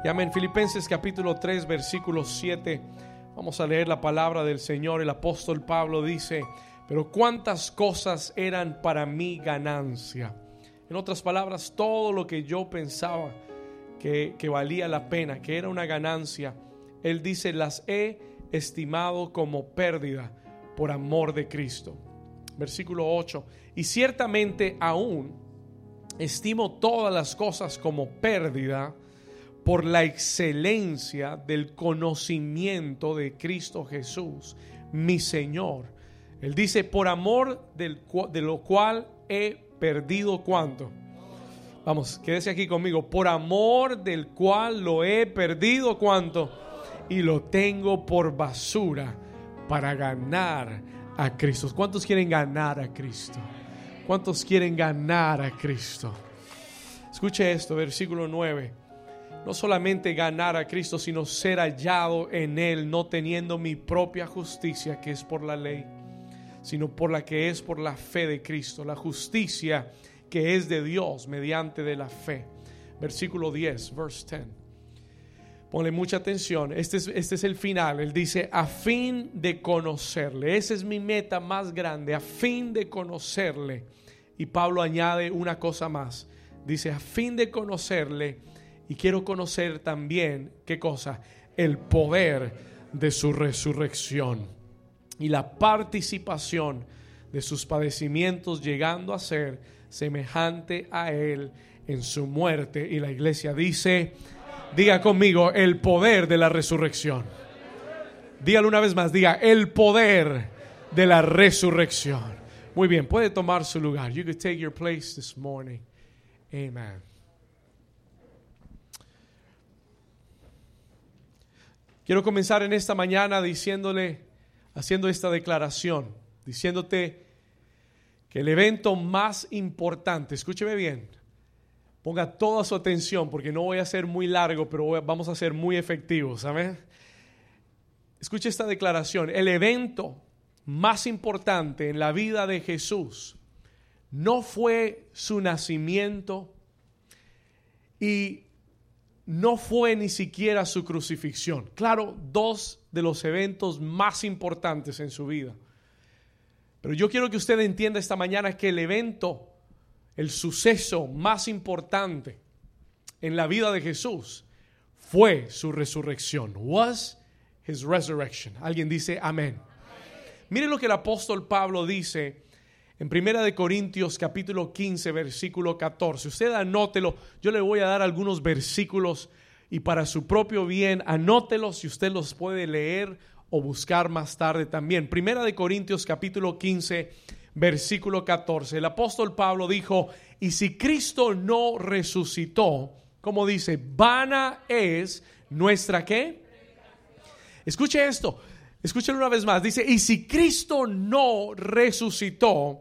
Y amén. Filipenses capítulo 3, versículo 7. Vamos a leer la palabra del Señor. El apóstol Pablo dice: pero cuántas cosas eran para mí ganancia. En otras palabras, todo lo que yo pensaba que valía la pena, que era una ganancia, él dice: las he estimado como pérdida por amor de Cristo. Versículo 8: y ciertamente aún estimo todas las cosas como pérdida por la excelencia del conocimiento de Cristo Jesús, mi Señor. Él dice: por amor de lo cual he perdido ¿cuánto? Vamos, quédese aquí conmigo. Por amor del cual lo he perdido ¿cuánto? Y lo tengo por basura para ganar a Cristo. ¿Cuántos quieren ganar a Cristo? ¿Cuántos quieren ganar a Cristo? Escuche esto, versículo 9. No solamente ganar a Cristo, sino ser hallado en Él, no teniendo mi propia justicia, que es por la ley, sino por la que es por la fe de Cristo, la justicia que es de Dios mediante de la fe. Versículo 10, verse 10. Ponle mucha atención, este es el final. Él dice: a fin de conocerle. Esa es mi meta más grande, a fin de conocerle. Y Pablo añade una cosa más. Dice: a fin de conocerle. Y quiero conocer también, ¿qué cosa? El poder de su resurrección y la participación de sus padecimientos, llegando a ser semejante a Él en su muerte. Y la iglesia dice, diga conmigo, el poder de la resurrección. Dígalo una vez más, diga, el poder de la resurrección. Muy bien, puede tomar su lugar. You could take your place this morning. Amen. Quiero comenzar en esta mañana haciendo esta declaración, diciéndote que el evento más importante, escúcheme bien, ponga toda su atención porque no voy a ser muy largo, pero vamos a ser muy efectivos, ¿amén? Escuche esta declaración: el evento más importante en la vida de Jesús no fue su nacimiento y no fue ni siquiera su crucifixión. Claro, dos de los eventos más importantes en su vida. Pero yo quiero que usted entienda esta mañana que el evento, el suceso más importante en la vida de Jesús fue su resurrección. Was his resurrection. Alguien dice amén. Mire lo que el apóstol Pablo dice en 1 Corintios capítulo 15 versículo 14. Usted anótelo. Yo le voy a dar algunos versículos y para su propio bien anótelos si usted los puede leer o buscar más tarde también. 1 Corintios capítulo 15 versículo 14. El apóstol Pablo dijo: y si Cristo no resucitó, ¿cómo dice? Vana es nuestra ¿qué? Escuche esto. Escúchelo una vez más. Dice: y si Cristo no resucitó,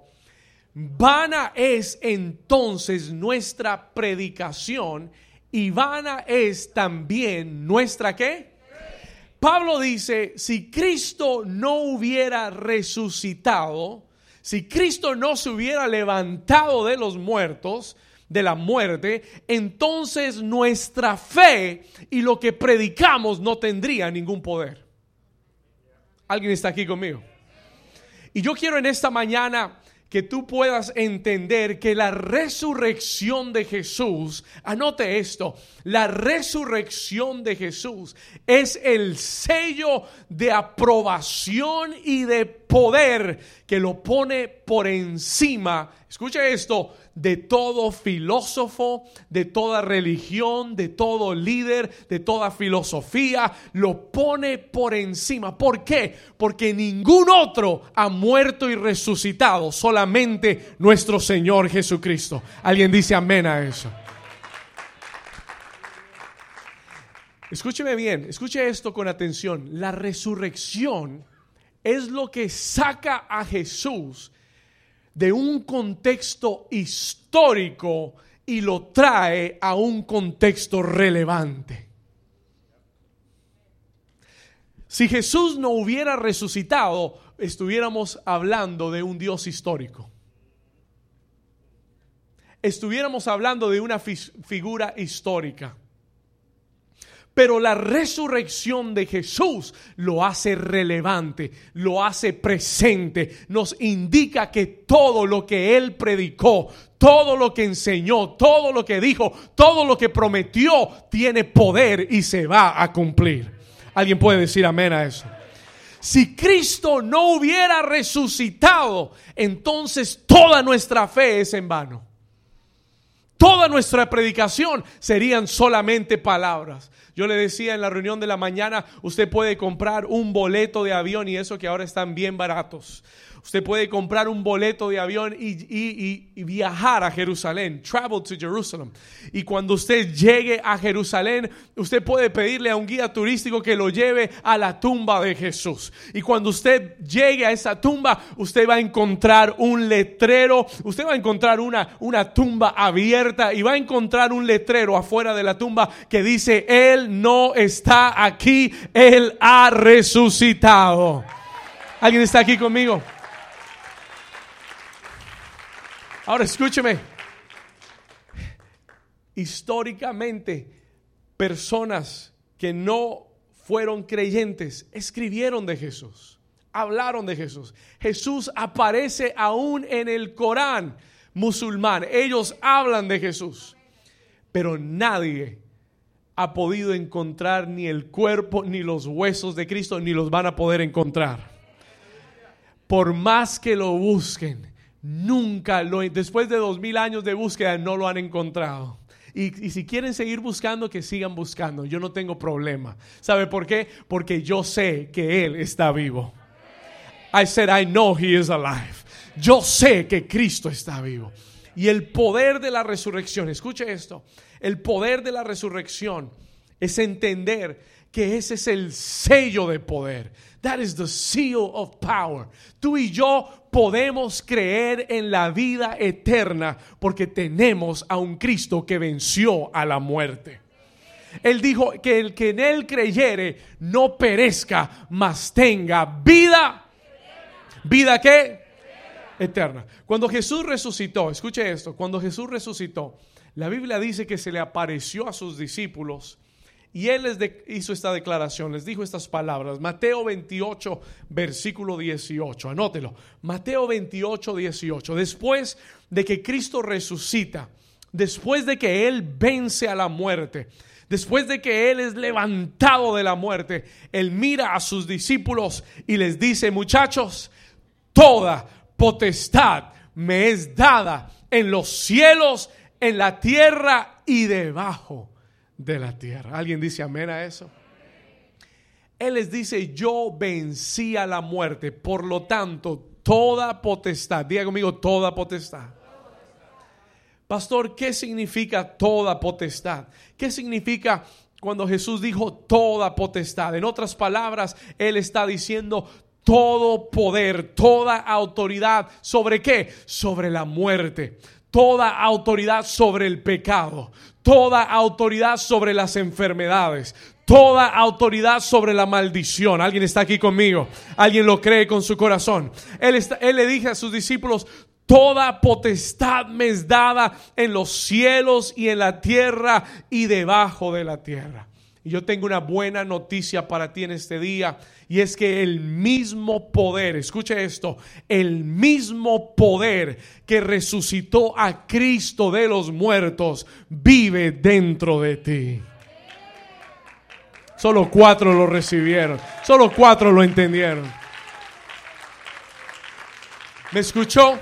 vana es entonces nuestra predicación y vana es también nuestra ¿qué? Pablo dice: si Cristo no hubiera resucitado, si Cristo no se hubiera levantado de los muertos, de la muerte, entonces nuestra fe y lo que predicamos no tendría ningún poder. ¿Alguien está aquí conmigo? Y yo quiero en esta mañana que tú puedas entender que la resurrección de Jesús, anote esto, la resurrección de Jesús es el sello de aprobación y de poder que lo pone por encima, escucha esto, de todo filósofo, de toda religión, de todo líder, de toda filosofía, lo pone por encima. ¿Por qué? Porque ningún otro ha muerto y resucitado, solamente nuestro Señor Jesucristo. ¿Alguien dice amén a eso? Escúcheme bien, escuche esto con atención. La resurrección es lo que saca a Jesús de un contexto histórico y lo trae a un contexto relevante. Si Jesús no hubiera resucitado, estuviéramos hablando de un Dios histórico. Estuviéramos hablando de una figura histórica. Pero la resurrección de Jesús lo hace relevante, lo hace presente, nos indica que todo lo que Él predicó, todo lo que enseñó, todo lo que dijo, todo lo que prometió tiene poder y se va a cumplir. ¿Alguien puede decir amén a eso? Si Cristo no hubiera resucitado, entonces toda nuestra fe es en vano. Toda nuestra predicación serían solamente palabras. Yo le decía en la reunión de la mañana, usted puede comprar un boleto de avión, y eso que ahora están bien baratos. Usted puede comprar un boleto de avión y viajar a Jerusalén, travel to Jerusalem. Y cuando usted llegue a Jerusalén, usted puede pedirle a un guía turístico que lo lleve a la tumba de Jesús. Y cuando usted llegue a esa tumba, usted va a encontrar un letrero, usted va a encontrar una tumba abierta y va a encontrar un letrero afuera de la tumba que dice: Él no está aquí, Él ha resucitado. ¿Alguien está aquí conmigo? Ahora escúcheme. Históricamente, personas que no fueron creyentes escribieron de Jesús, hablaron de Jesús. Jesús aparece aún en el Corán musulmán. Ellos hablan de Jesús, pero nadie ha podido encontrar ni el cuerpo ni los huesos de Cristo, ni los van a poder encontrar. Por más que lo busquen, después de 2000 años de búsqueda, no lo han encontrado. Y si quieren seguir buscando, que sigan buscando. Yo no tengo problema. ¿Sabe por qué? Porque yo sé que Él está vivo. I said, I know He is alive. Yo sé que Cristo está vivo. Y el poder de la resurrección, escuche esto, el poder de la resurrección es entender que ese es el sello de poder. That is the seal of power. Tú y yo podemos creer en la vida eterna porque tenemos a un Cristo que venció a la muerte. Él dijo que el que en Él creyere no perezca, mas tenga vida. ¿Vida qué? Eterna. Cuando Jesús resucitó, escuche esto, cuando Jesús resucitó, la Biblia dice que se le apareció a sus discípulos y Él hizo esta declaración, les dijo estas palabras. Mateo 28, versículo 18, anótelo. Mateo 28, 18. Después de que Cristo resucita, después de que Él vence a la muerte, después de que Él es levantado de la muerte, Él mira a sus discípulos y les dice: muchachos, toda potestad me es dada en los cielos, en la tierra y debajo de la tierra. ¿Alguien dice amén a eso? Él les dice: yo vencí a la muerte, por lo tanto, toda potestad. Diga conmigo: toda potestad. Pastor, ¿qué significa toda potestad? ¿Qué significa cuando Jesús dijo toda potestad? En otras palabras, Él está diciendo todo poder, toda autoridad. ¿Sobre qué? Sobre la muerte. Toda autoridad sobre el pecado. Toda autoridad sobre las enfermedades. Toda autoridad sobre la maldición. ¿Alguien está aquí conmigo? ¿Alguien lo cree con su corazón? Él le dijo a sus discípulos: toda potestad me es dada en los cielos y en la tierra y debajo de la tierra. Y yo tengo una buena noticia para ti en este día, y es que el mismo poder, escuche esto, el mismo poder que resucitó a Cristo de los muertos vive dentro de ti. Solo 4 lo recibieron, solo 4 lo entendieron. ¿Me escuchó?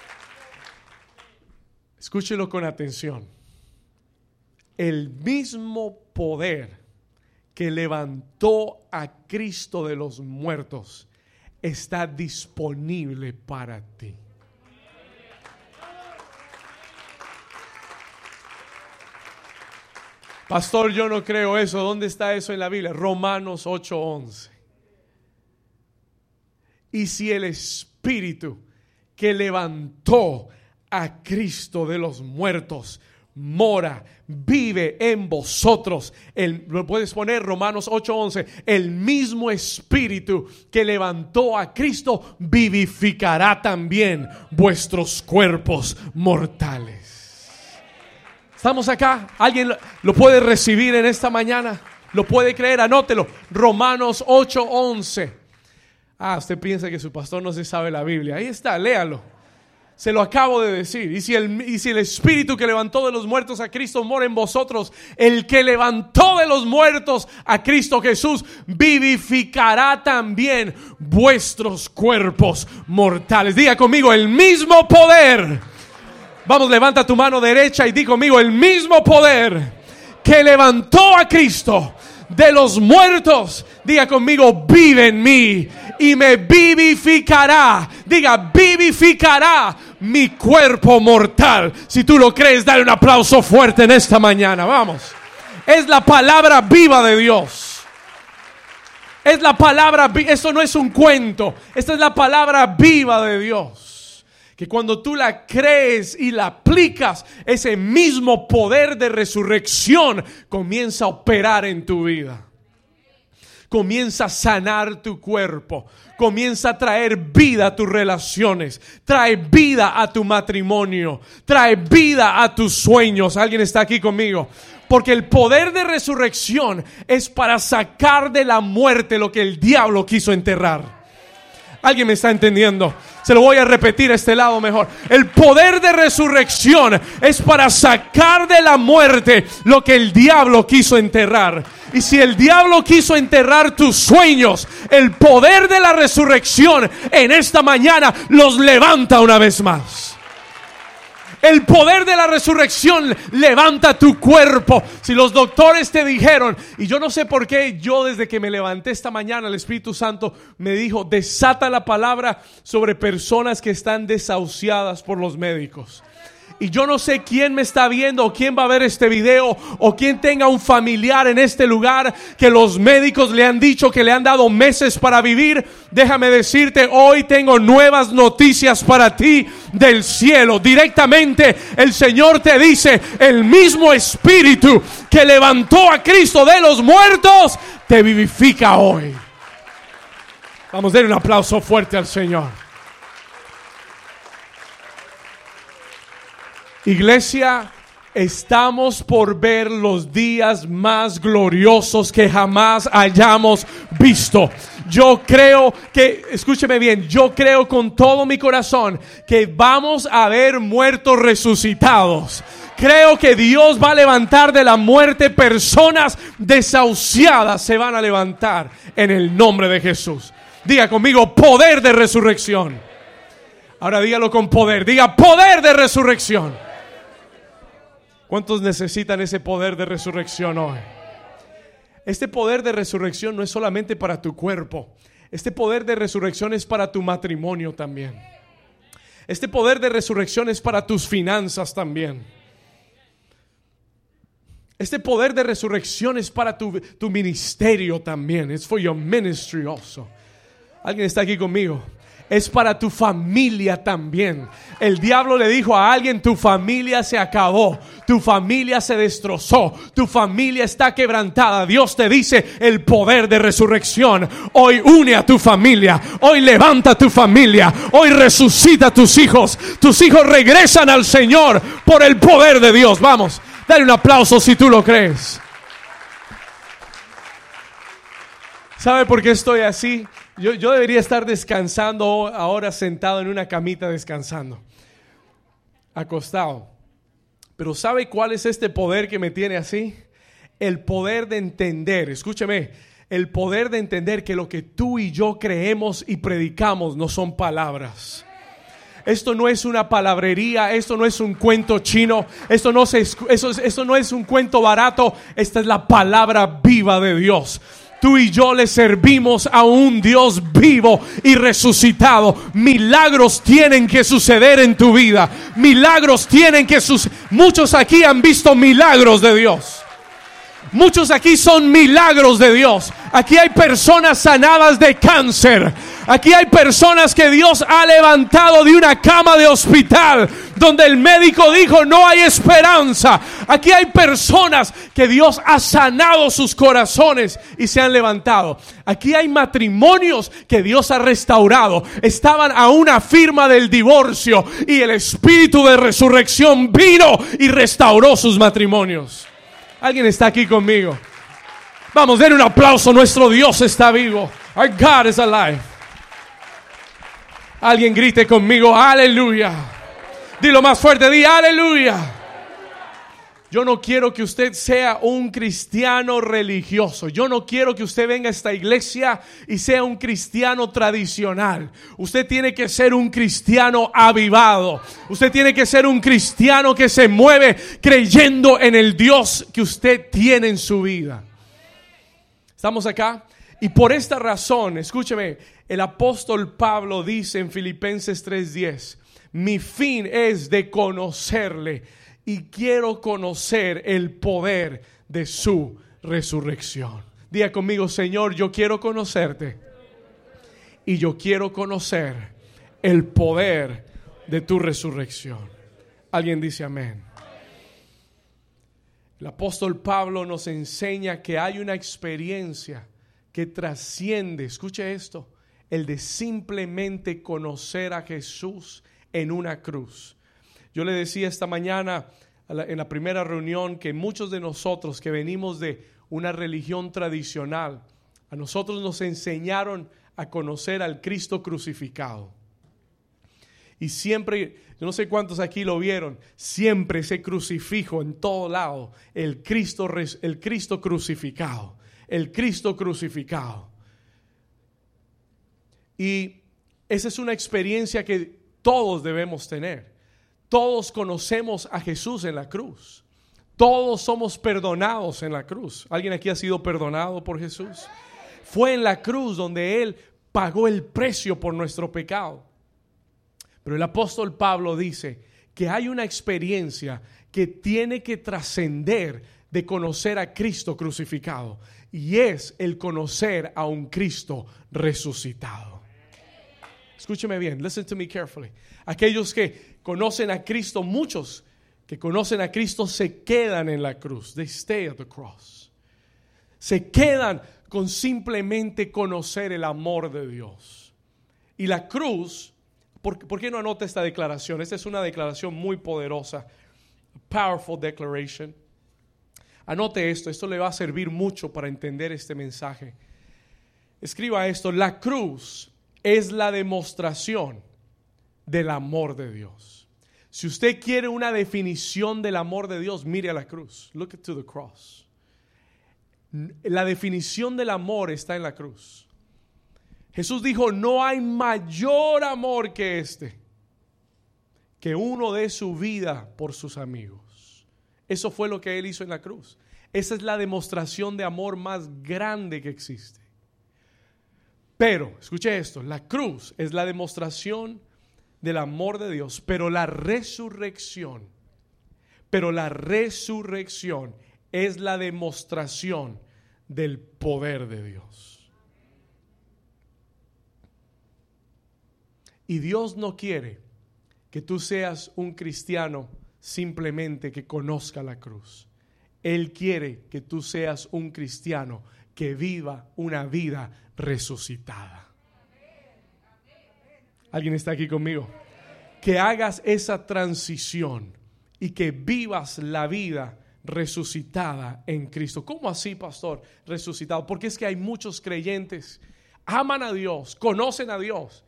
Escúchelo con atención. El mismo poder que levantó a Cristo de los muertos está disponible para ti. Pastor, yo no creo eso. ¿Dónde está eso en la Biblia? Romanos 8:11. Y si el Espíritu que levantó a Cristo de los muertos mora, vive en vosotros, lo puedes poner, Romanos 8:11, el mismo Espíritu que levantó a Cristo vivificará también vuestros cuerpos mortales. ¿Estamos acá? ¿Alguien lo puede recibir en esta mañana? ¿Lo puede creer? Anótelo. Romanos 8:11. Usted piensa que su pastor no se sabe la Biblia. Ahí está, léalo. Se lo acabo de decir. Y si el Espíritu que levantó de los muertos a Cristo mora en vosotros, el que levantó de los muertos a Cristo Jesús vivificará también vuestros cuerpos mortales. Diga conmigo, el mismo poder. Vamos, levanta tu mano derecha y di conmigo, el mismo poder que levantó a Cristo de los muertos, diga conmigo, vive en mí y me vivificará. Diga, vivificará mi cuerpo mortal. Si tú lo crees, dale un aplauso fuerte en esta mañana. Vamos. Es la palabra viva de Dios. Es la palabra, esto no es un cuento. Esta es la palabra viva de Dios. Que cuando tú la crees y la aplicas, ese mismo poder de resurrección comienza a operar en tu vida. Comienza a sanar tu cuerpo. Comienza a traer vida a tus relaciones. Trae vida a tu matrimonio. Trae vida a tus sueños. ¿Alguien está aquí conmigo? Porque el poder de resurrección es para sacar de la muerte lo que el diablo quiso enterrar. ¿Alguien me está entendiendo? Se lo voy a repetir a este lado mejor. El poder de resurrección es para sacar de la muerte lo que el diablo quiso enterrar. Y si el diablo quiso enterrar tus sueños, el poder de la resurrección en esta mañana los levanta una vez más. El poder de la resurrección levanta tu cuerpo. Si los doctores te dijeron, y yo no sé por qué, yo desde que me levanté esta mañana, el Espíritu Santo me dijo, desata la palabra sobre personas que están desahuciadas por los médicos. Y yo no sé quién me está viendo o quién va a ver este video o quién tenga un familiar en este lugar que los médicos le han dicho que le han dado meses para vivir. Déjame decirte, hoy tengo nuevas noticias para ti del cielo. Directamente el Señor te dice, el mismo Espíritu que levantó a Cristo de los muertos te vivifica hoy. Vamos a dar un aplauso fuerte al Señor. Iglesia, estamos por ver los días más gloriosos que jamás hayamos visto. Yo creo que, escúcheme bien, yo creo con todo mi corazón que vamos a ver muertos resucitados. Creo que Dios va a levantar de la muerte personas desahuciadas, se van a levantar en el nombre de Jesús. Diga conmigo, poder de resurrección. Ahora dígalo con poder, diga poder de resurrección. ¿Cuántos necesitan ese poder de resurrección hoy? Este poder de resurrección no es solamente para tu cuerpo. Este poder de resurrección es para tu matrimonio también. Este poder de resurrección es para tus finanzas también. Este poder de resurrección es para tu ministerio también. It's for your ministry also. ¿Alguien está aquí conmigo? Es para tu familia también. El diablo le dijo a alguien, tu familia se acabó, tu familia se destrozó, tu familia está quebrantada. Dios te dice, el poder de resurrección hoy une a tu familia, hoy levanta a tu familia, hoy resucita a tus hijos. Tus hijos regresan al Señor por el poder de Dios. Vamos, dale un aplauso si tú lo crees. ¿Sabe por qué estoy así? Yo debería estar descansando ahora, sentado en una camita descansando, acostado. Pero ¿sabe cuál es este poder que me tiene así? El poder de entender, escúcheme, el poder de entender que lo que tú y yo creemos y predicamos no son palabras. Esto no es una palabrería, esto no es un cuento chino, esto no es un cuento barato, esta es la palabra viva de Dios. Tú y yo le servimos a un Dios vivo y resucitado. Milagros tienen que suceder en tu vida. Milagros tienen que suceder. Muchos aquí han visto milagros de Dios. Muchos aquí son milagros de Dios. Aquí hay personas sanadas de cáncer. Aquí hay personas que Dios ha levantado de una cama de hospital donde el médico dijo no hay esperanza. Aquí hay personas que Dios ha sanado sus corazones y se han levantado. Aquí hay matrimonios que Dios ha restaurado. Estaban a una firma del divorcio y el espíritu de resurrección vino y restauró sus matrimonios. ¿Alguien está aquí conmigo? Vamos, den un aplauso. Nuestro Dios está vivo. Our God is alive. Alguien grite conmigo, aleluya. Dilo más fuerte, di aleluya. Yo no quiero que usted sea un cristiano religioso. Yo no quiero que usted venga a esta iglesia y sea un cristiano tradicional. Usted tiene que ser un cristiano avivado. Usted tiene que ser un cristiano que se mueve creyendo en el Dios que usted tiene en su vida. ¿Estamos acá? Y por esta razón, escúcheme, el apóstol Pablo dice en Filipenses 3:10, mi fin es de conocerle y quiero conocer el poder de su resurrección. Diga conmigo, Señor, yo quiero conocerte y yo quiero conocer el poder de tu resurrección. Alguien dice amén. El apóstol Pablo nos enseña que hay una experiencia que trasciende, escuche esto, el de simplemente conocer a Jesús en una cruz. Yo le decía esta mañana en la primera reunión que muchos de nosotros que venimos de una religión tradicional, a nosotros nos enseñaron a conocer al Cristo crucificado. Y siempre, yo no sé cuántos aquí lo vieron, siempre ese crucifijo en todo lado, el Cristo crucificado, el Cristo crucificado. Y esa es una experiencia que todos debemos tener. Todos conocemos a Jesús en la cruz. Todos somos perdonados en la cruz. ¿Alguien aquí ha sido perdonado por Jesús? Fue en la cruz donde Él pagó el precio por nuestro pecado. Pero el apóstol Pablo dice que hay una experiencia que tiene que trascender de conocer a Cristo crucificado. Y es el conocer a un Cristo resucitado. Escúcheme bien, listen to me carefully. Aquellos que conocen a Cristo, muchos que conocen a Cristo se quedan en la cruz. They stay at the cross. Se quedan con simplemente conocer el amor de Dios. Y la cruz, ¿por qué no anota esta declaración? Esta es una declaración muy poderosa. Powerful declaration. Anote esto le va a servir mucho para entender este mensaje. Escriba esto: la cruz es la demostración del amor de Dios. Si usted quiere una definición del amor de Dios, mire a la cruz. Look to the cross. La definición del amor está en la cruz. Jesús dijo: no hay mayor amor que este, que uno dé su vida por sus amigos. Eso fue lo que Él hizo en la cruz. Esa es la demostración de amor más grande que existe. Pero, escuche esto, la cruz es la demostración del amor de Dios, pero la resurrección es la demostración del poder de Dios. Y Dios no quiere que tú seas un cristiano simplemente que conozca la cruz. Él quiere que tú seas un cristiano que viva una vida resucitada. ¿Alguien está aquí conmigo? Que hagas esa transición y que vivas la vida resucitada en Cristo. ¿Cómo así, pastor? Resucitado. Porque es que hay muchos creyentes, aman a Dios, conocen a Dios,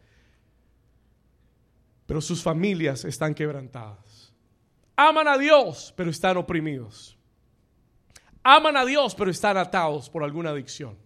pero sus familias están quebrantadas. Aman a Dios, pero están oprimidos. Aman a Dios, pero están atados por alguna adicción.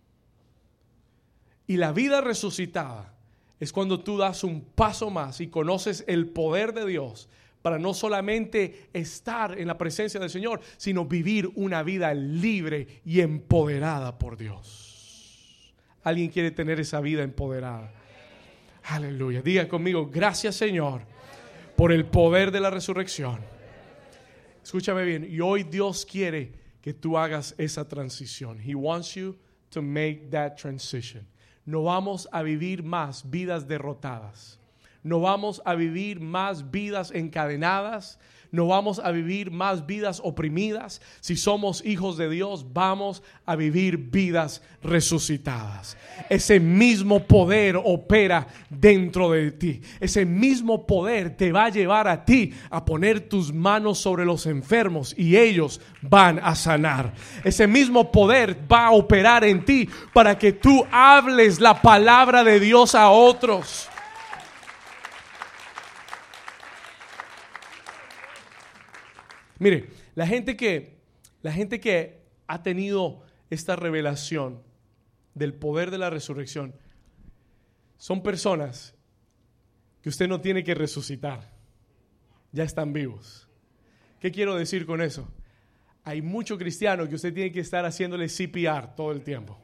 Y la vida resucitada es cuando tú das un paso más y conoces el poder de Dios para no solamente estar en la presencia del Señor, sino vivir una vida libre y empoderada por Dios. ¿Alguien quiere tener esa vida empoderada? Aleluya. Diga conmigo: gracias, Señor, por el poder de la resurrección. Escúchame bien. Y hoy Dios quiere que tú hagas esa transición. He wants you to make that transition. No vamos a vivir más vidas derrotadas. No vamos a vivir más vidas encadenadas. no vamos a vivir más vidas oprimidas. Si somos hijos de Dios, vamos a vivir vidas resucitadas. Ese mismo poder opera dentro de ti. Ese mismo poder te va a llevar a ti a poner tus manos sobre los enfermos y ellos van a sanar. Ese mismo poder va a operar en ti para que tú hables la palabra de Dios a otros. Mire, la gente que ha tenido esta revelación del poder de la resurrección son personas que usted no tiene que resucitar, ya están vivos. ¿Qué quiero decir con eso? Hay muchos cristianos que usted tiene que estar haciéndole CPR todo el tiempo,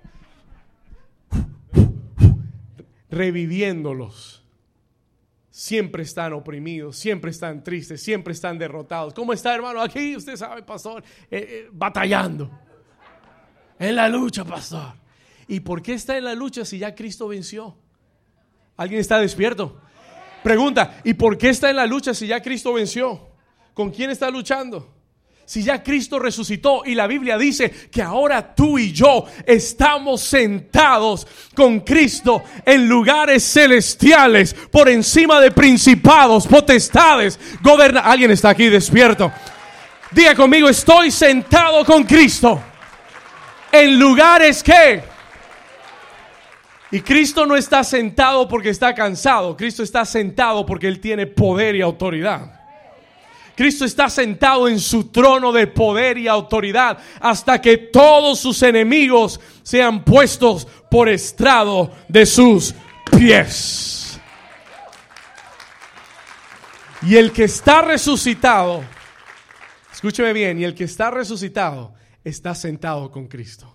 reviviéndolos. Siempre están oprimidos, siempre están tristes, siempre están derrotados. ¿Cómo está, hermano? Aquí, usted sabe, pastor, batallando. En la lucha, pastor. ¿Y por qué está en la lucha si ya Cristo venció? ¿Alguien está despierto? Pregunta, ¿y por qué está en la lucha si ya Cristo venció? ¿Con quién está luchando? Si ya Cristo resucitó y la Biblia dice que ahora tú y yo estamos sentados con Cristo en lugares celestiales, por encima de principados, potestades, alguien está aquí despierto. Diga conmigo, estoy sentado con Cristo en lugares que... Y Cristo no está sentado porque está cansado. Cristo está sentado porque Él tiene poder y autoridad. Cristo está sentado en su trono de poder y autoridad hasta que todos sus enemigos sean puestos por estrado de sus pies. Y el que está resucitado, escúcheme bien, y el que está resucitado está sentado con Cristo.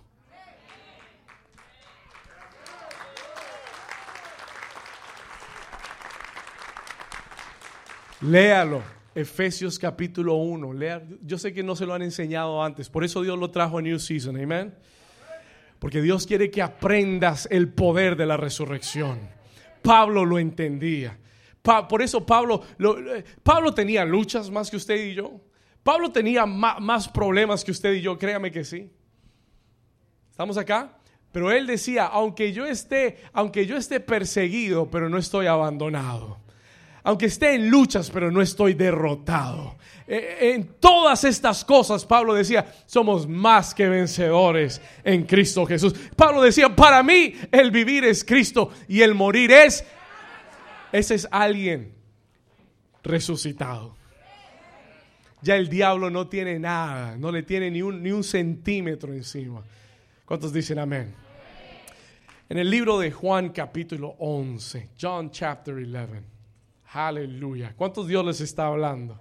Léalo. Efesios capítulo 1. Lea. Yo sé que no se lo han enseñado antes, por eso Dios lo trajo a New Season, amén. Porque Dios quiere que aprendas el poder de la resurrección. Pablo lo entendía. Por eso Pablo tenía luchas más que usted y yo. Pablo tenía más problemas que usted y yo, créame que sí. ¿Estamos acá? Pero él decía, aunque yo esté perseguido, pero no estoy abandonado. Aunque esté en luchas, pero no estoy derrotado. En todas estas cosas, Pablo decía, somos más que vencedores en Cristo Jesús. Pablo decía, para mí el vivir es Cristo y el morir es... Ese es alguien resucitado. Ya el diablo no tiene nada, no le tiene ni un centímetro encima. ¿Cuántos dicen amén? En el libro de Juan capítulo 11, John chapter 11. Aleluya. ¿Cuántos Dios les está hablando?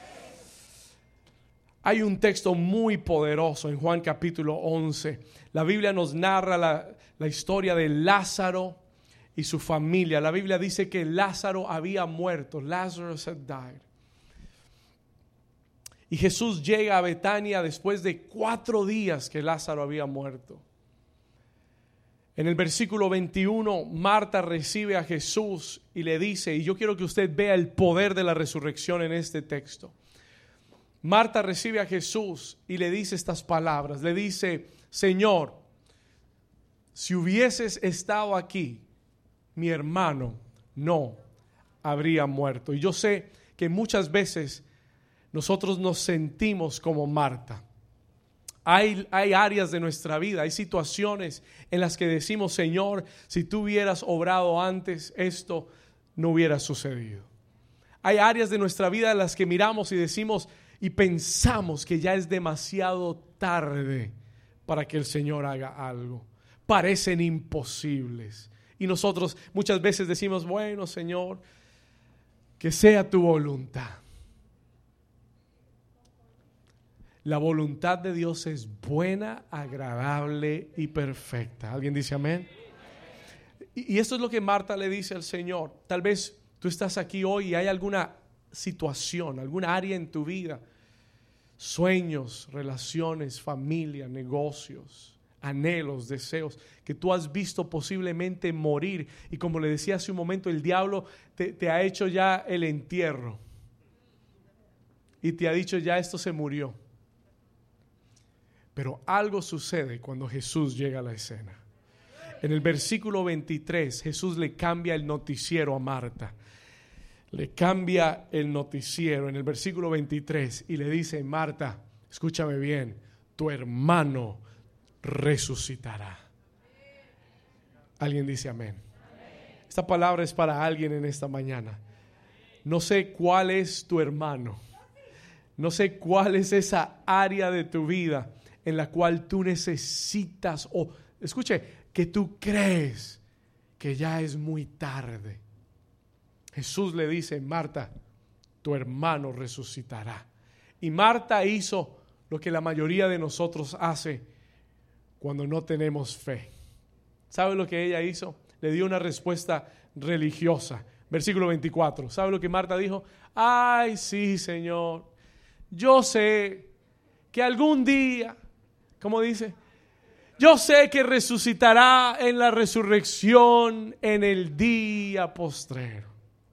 Hay un texto muy poderoso en Juan capítulo 11. La Biblia nos narra la historia de Lázaro y su familia. La Biblia dice que Lázaro había muerto. Lazarus had died. Y Jesús llega a Betania después de 4 días que Lázaro había muerto. En el versículo 21, Marta recibe a Jesús y le dice, y yo quiero que usted vea el poder de la resurrección en este texto. Marta recibe a Jesús y le dice estas palabras. Le dice, Señor, si hubieses estado aquí, mi hermano no habría muerto. Y yo sé que muchas veces nosotros nos sentimos como Marta. Hay áreas de nuestra vida, hay situaciones en las que decimos, Señor, si tú hubieras obrado antes, esto no hubiera sucedido. Hay áreas de nuestra vida en las que miramos y decimos y pensamos que ya es demasiado tarde para que el Señor haga algo. Parecen imposibles. Y nosotros muchas veces decimos, bueno, Señor, que sea tu voluntad. La voluntad de Dios es buena, agradable y perfecta. ¿Alguien dice amén? Y esto es lo que Marta le dice al Señor. Tal vez tú estás aquí hoy y hay alguna situación, alguna área en tu vida, sueños, relaciones, familia, negocios, anhelos, deseos, que tú has visto posiblemente morir. Y como le decía hace un momento, el diablo te ha hecho ya el entierro. y te ha dicho, ya esto se murió. Pero algo sucede cuando Jesús llega a la escena. En el versículo 23, Jesús le cambia el noticiero a Marta. Le cambia el noticiero en el versículo 23 y le dice, Marta, escúchame bien, tu hermano resucitará. Alguien dice amén. Esta palabra es para alguien en esta mañana. No sé cuál es tu hermano. No sé cuál es esa área de tu vida en la cual tú necesitas, o escuche, que tú crees que ya es muy tarde. Jesús le dice, Marta, tu hermano resucitará. Y Marta hizo lo que la mayoría de nosotros hace cuando no tenemos fe. ¿Sabe lo que ella hizo? Le dio una respuesta religiosa. Versículo 24. ¿Sabe lo que Marta dijo? Ay, sí, Señor. Yo sé que algún día, ¿cómo dice? Yo sé que resucitará en la resurrección en el día postrero.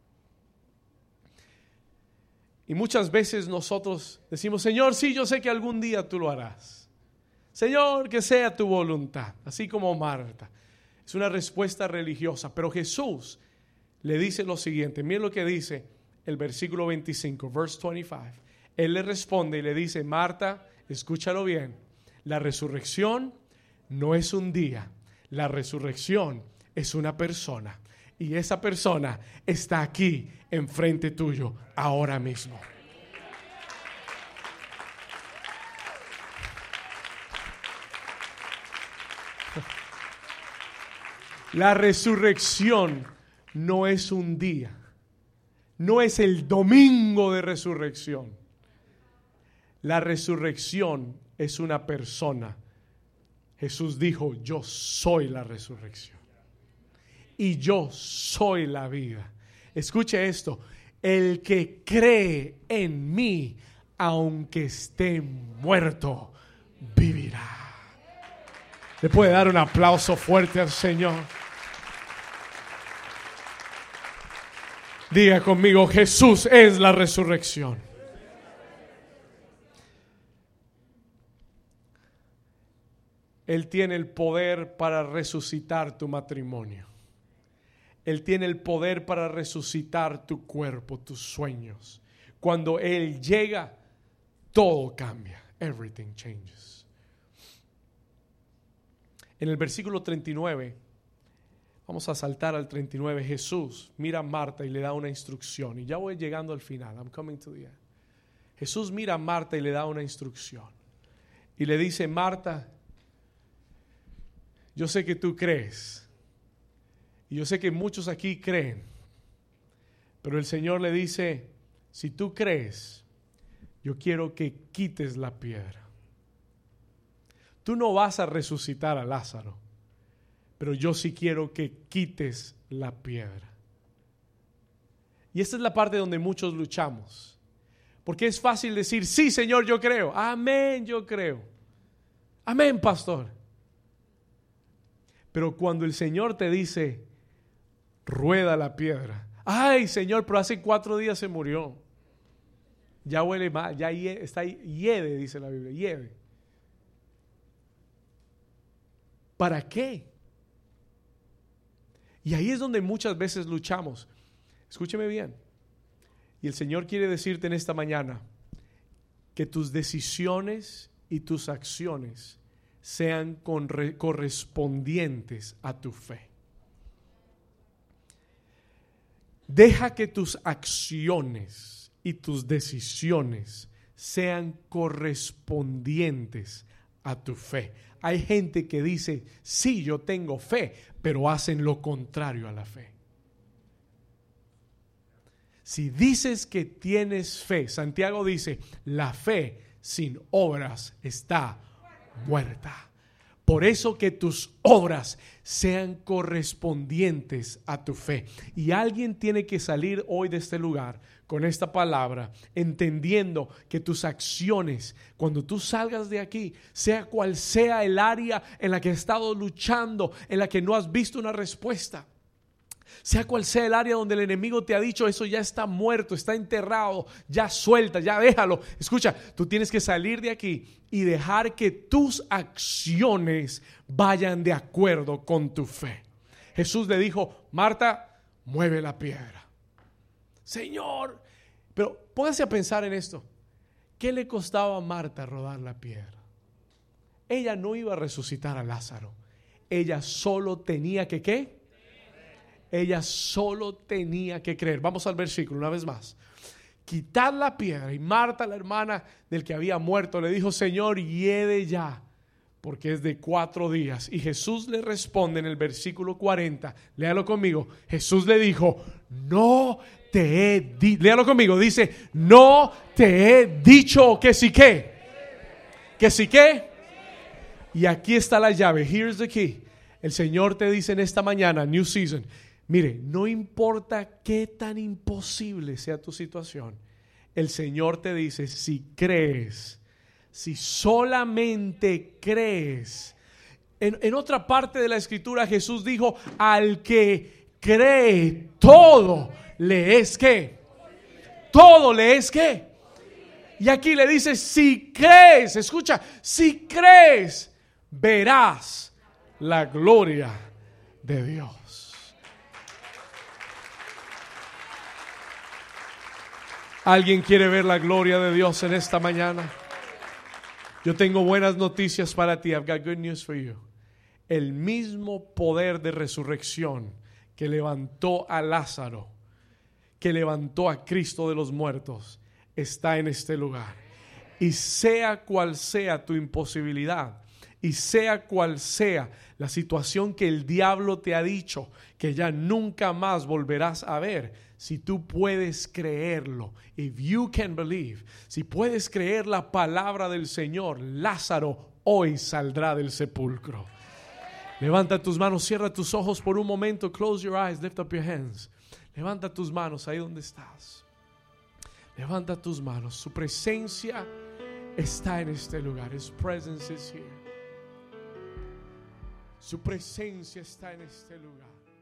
Y muchas veces nosotros decimos, Señor, sí, yo sé que algún día tú lo harás. Señor, que sea tu voluntad. Así como Marta. Es una respuesta religiosa. Pero Jesús le dice lo siguiente. Miren lo que dice el versículo 25, verse 25. Él le responde y le dice, Marta, escúchalo bien. La resurrección no es un día. La resurrección es una persona. Y esa persona está aquí enfrente tuyo ahora mismo. La resurrección no es un día. No es el domingo de resurrección. La resurrección es una persona. Jesús dijo, yo soy la resurrección. Y yo soy la vida. Escuche esto. El que cree en mí, aunque esté muerto, vivirá. ¿Le puede dar un aplauso fuerte al Señor? Diga conmigo, Jesús es la resurrección. Él tiene el poder para resucitar tu matrimonio. Él tiene el poder para resucitar tu cuerpo, tus sueños. Cuando Él llega, todo cambia. Everything changes. En el versículo 39, vamos a saltar al 39, Jesús mira a Marta y le da una instrucción. Y ya voy llegando al final. I'm coming to the end. Jesús mira a Marta y le da una instrucción. Y le dice, Marta, yo sé que tú crees. Y yo sé que muchos aquí creen. Pero el Señor le dice, si tú crees, yo quiero que quites la piedra. Tú no vas a resucitar a Lázaro, pero yo sí quiero que quites la piedra. Y esta es la parte donde muchos luchamos. Porque es fácil decir, sí, Señor, yo creo. Amén, yo creo. Amén, pastor. Pero cuando el Señor te dice, rueda la piedra. Ay, Señor, pero hace 4 días se murió. Ya huele mal, ya está ahí, hiede, dice la Biblia, hiede. ¿Para qué? Y ahí es donde muchas veces luchamos. Escúcheme bien. Y el Señor quiere decirte en esta mañana que tus decisiones y tus acciones sean correspondientes a tu fe. Deja que tus acciones y tus decisiones sean correspondientes a tu fe. Hay gente que dice, sí, yo tengo fe, pero hacen lo contrario a la fe. Si dices que tienes fe, Santiago dice, la fe sin obras está muerta. Por eso que tus obras sean correspondientes a tu fe. Y alguien tiene que salir hoy de este lugar con esta palabra, entendiendo que tus acciones, cuando tú salgas de aquí, sea cual sea el área en la que has estado luchando, en la que no has visto una respuesta, Sea cual sea el área donde el enemigo te ha dicho, eso ya está muerto, está enterrado, ya suelta, ya déjalo. Escucha, tú tienes que salir de aquí y dejar que tus acciones vayan de acuerdo con tu fe. Jesús le dijo, Marta, mueve la piedra. Señor, pero póngase a pensar en esto. ¿Qué le costaba a Marta rodar la piedra? Ella no iba a resucitar a Lázaro. Ella solo tenía que ¿qué? Ella solo tenía que creer. Vamos al versículo una vez más. Quitar la piedra. Y Marta, la hermana del que había muerto, le dijo, Señor, hiede ya, porque es de 4 días. Y Jesús le responde en el versículo 40. Léalo conmigo. Jesús le dijo, no te he dicho. Léalo conmigo. Dice, no te he dicho que sí que. Que sí que. Y aquí está la llave. Here's the key. El Señor te dice en esta mañana, New Season, mire, no importa qué tan imposible sea tu situación, el Señor te dice, si crees, si solamente crees. En otra parte de la Escritura Jesús dijo, al que cree, todo le es ¿qué? Todo le es ¿qué? Y aquí le dice, si crees, escucha, si crees, verás la gloria de Dios. ¿Alguien quiere ver la gloria de Dios en esta mañana? Yo tengo buenas noticias para ti. I've got good news for you. El mismo poder de resurrección que levantó a Lázaro, que levantó a Cristo de los muertos, está en este lugar. Y sea cual sea tu imposibilidad, y sea cual sea la situación que el diablo te ha dicho que ya nunca más volverás a ver, si tú puedes creerlo, if you can believe, si puedes creer la palabra del Señor, Lázaro hoy saldrá del sepulcro. Levanta tus manos, cierra tus ojos por un momento, close your eyes, lift up your hands. Levanta tus manos ahí donde estás. Levanta tus manos. Su presencia está en este lugar. His presence is here. Su presencia está en este lugar.